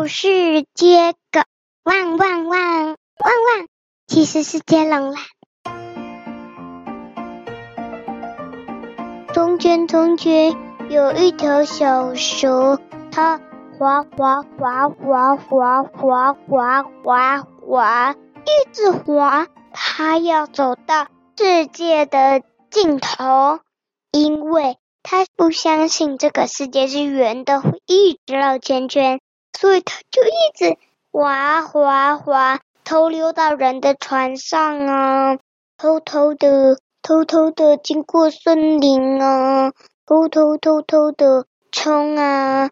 就是接个汪汪汪汪汪，其实是接龙啦。从前有一条小蛇，它滑滑滑滑滑滑滑滑滑，一直滑，它要走到世界的尽头，因为它不相信这个世界是圆的，会一直绕圈圈，所以它就一直滑滑滑，偷溜到人的船上啊，偷偷的经过森林啊，偷偷的冲啊，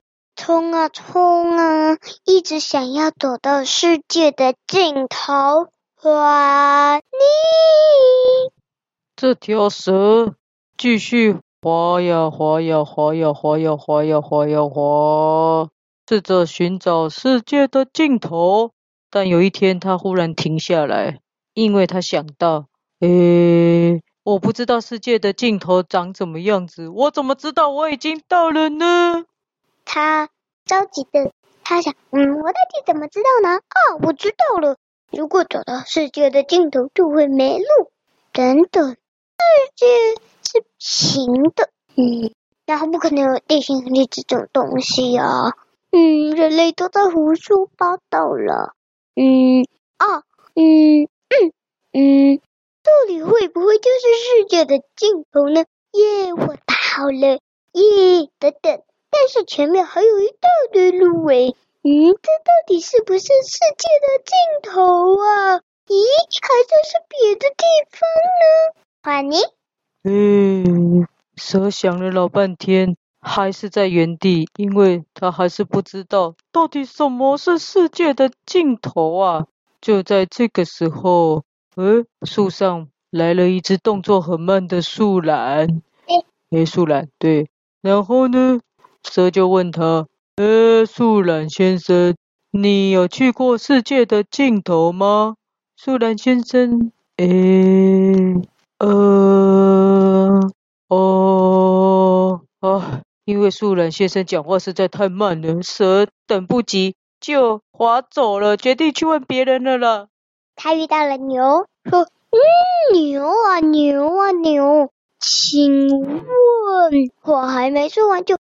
一直想要走到世界的尽头。哇， 这条蛇继续滑呀滑呀滑呀滑呀滑呀滑呀滑，试着寻找世界的尽头。但有一天它忽然停下来，因为它想到，我不知道世界的尽头长怎么样子，我怎么知道我已经到了呢？ 他着急的，他想，我到底怎么知道呢？我知道了，如果走到世界的尽头就会没路。等等，世界是平的，然后不可能有地心引力这种东西啊。人类都在胡说八道了。这里会不会就是世界的尽头呢？耶，我打好了，耶，等等，但是前面还有一大堆路诶。这到底是不是世界的尽头啊？咦，还在是别的地方呢？换你。 蛇想了老半天，还是在原地，因为他还是不知道到底什么是世界的尽头啊。就在这个时候，树上来了一只动作很慢的树懒。树懒，对。然后呢，蛇就问他，树懒先生，你有去过世界的尽头吗？树懒先生，因为树懒先生讲话实在太慢了，蛇等不及就滑走了，决定去问别人了啦。 他遇到了牛，说，牛，请问，话还没说完就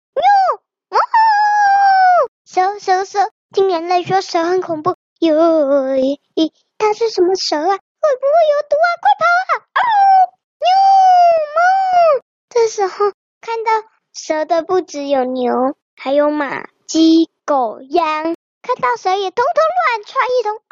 蛇，听人类说蛇很恐怖，它是什么蛇啊？会不会有毒啊？快跑啊！这时候看到蛇的不只有牛，还有马、鸡、狗、羊，看到蛇也通通乱窜一通。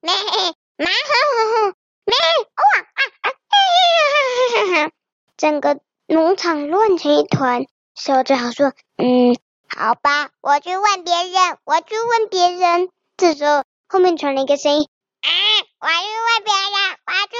整个农场乱成一团，蛇只好说，好吧，我去问别人。这时候后面传来一个声音，我去问别人。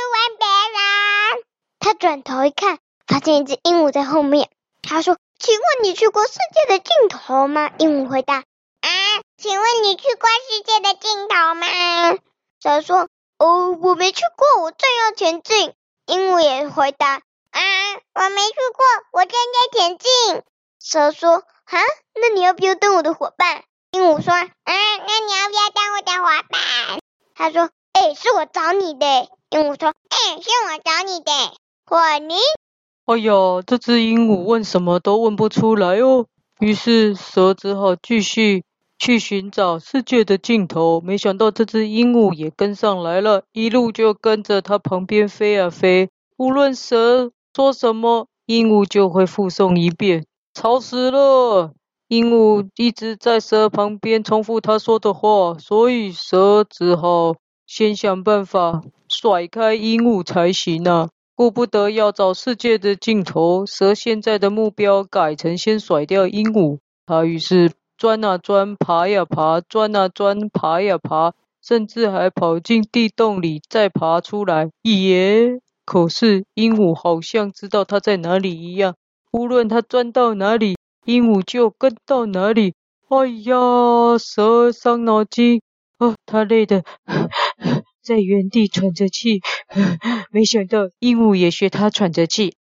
他转头一看，发现一只鹦鹉在后面。他说，请问你去过世界的尽头吗？鹦鹉回答，请问你去过世界的尽头吗？蛇说，我没去过，我正要前进。鹦鹉也回答，我没去过，我正在前进。蛇说，那你要不要当我的伙伴？鹦鹉说，那你要不要当我的伙伴？他说，是我找你的。鹦鹉说，是我找你的。你？ 哎呀，这只鹦鹉问什么都问不出来哦。于是蛇只好继续去寻找世界的尽头。没想到这只鹦鹉也跟上来了，一路就跟着它旁边飞啊飞。无论蛇说什么，鹦鹉就会复诵一遍。吵死了！鹦鹉一直在蛇旁边重复他说的话，所以蛇只好先想办法甩开鹦鹉才行啊。顾不得要找世界的尽头，蛇现在的目标改成先甩掉鹦鹉。他于是钻啊钻，爬呀爬，钻啊钻，爬呀爬，甚至还跑进地洞里再爬出来。可是鹦鹉好像知道它在哪里一样，无论它钻到哪里，鹦鹉就跟到哪里。哎呀，蛇伤脑筋，它累得在原地喘着气，没想到鹦鹉也学它喘着气。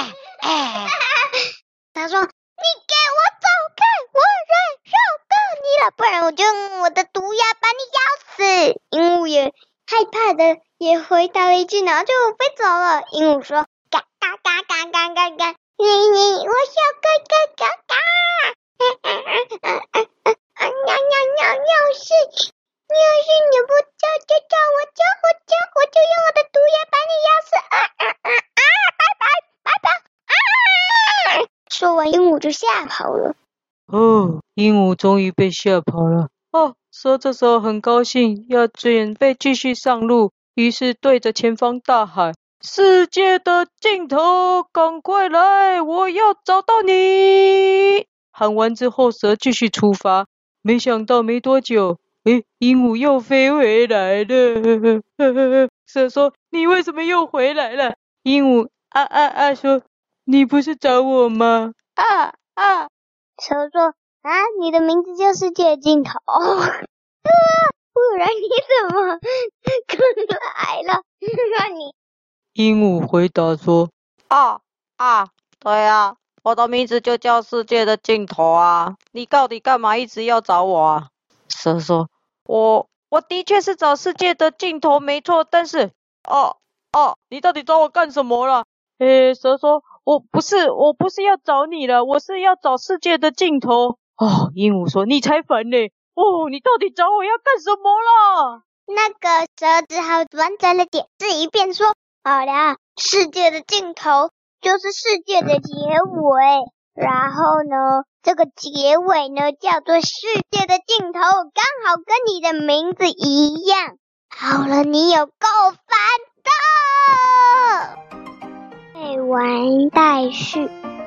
他说，你给我走开，我忍受不了，不然我就用我的毒药把你咬死。鹦鹉也害怕的也回答了一句，然后就飞走了。鹦鹉说：嘎嘎嘎嘎嘎嘎嘎，我想嘎嘎嘎嘎。要是你不叫就叫我就用我的毒药把你咬死。拜拜。说完鹦鹉就吓跑了。 哦，鹦鹉终于被吓跑了。哦，蛇这时候很高兴，要准备继续上路，于是对着前方大喊：世界的尽头，赶快来，我要找到你！喊完之后，蛇继续出发。没想到没多久，鹦鹉又飞回来了。蛇说：你为什么又回来了？鹦鹉说：你不是找我吗？ 蛇说：你的名字叫世界尽头。不然你怎么跟来了？你鹦鹉回答说： 对啊，我的名字就叫世界的尽头啊！你到底干嘛一直要找我啊？蛇说：我的确是找世界的尽头没错，但是你到底找我干什么了？ 蛇说：我不是要找你了，我是要找世界的尽头。鹦鹉说：你才烦呢！你到底找我要干什么啦？ 那个蛇只好完整的解释一遍，说：好啦，世界的尽头就是世界的结尾，然后呢，这个结尾呢叫做世界的尽头，刚好跟你的名字一样。好了，你有够烦的。未完待续。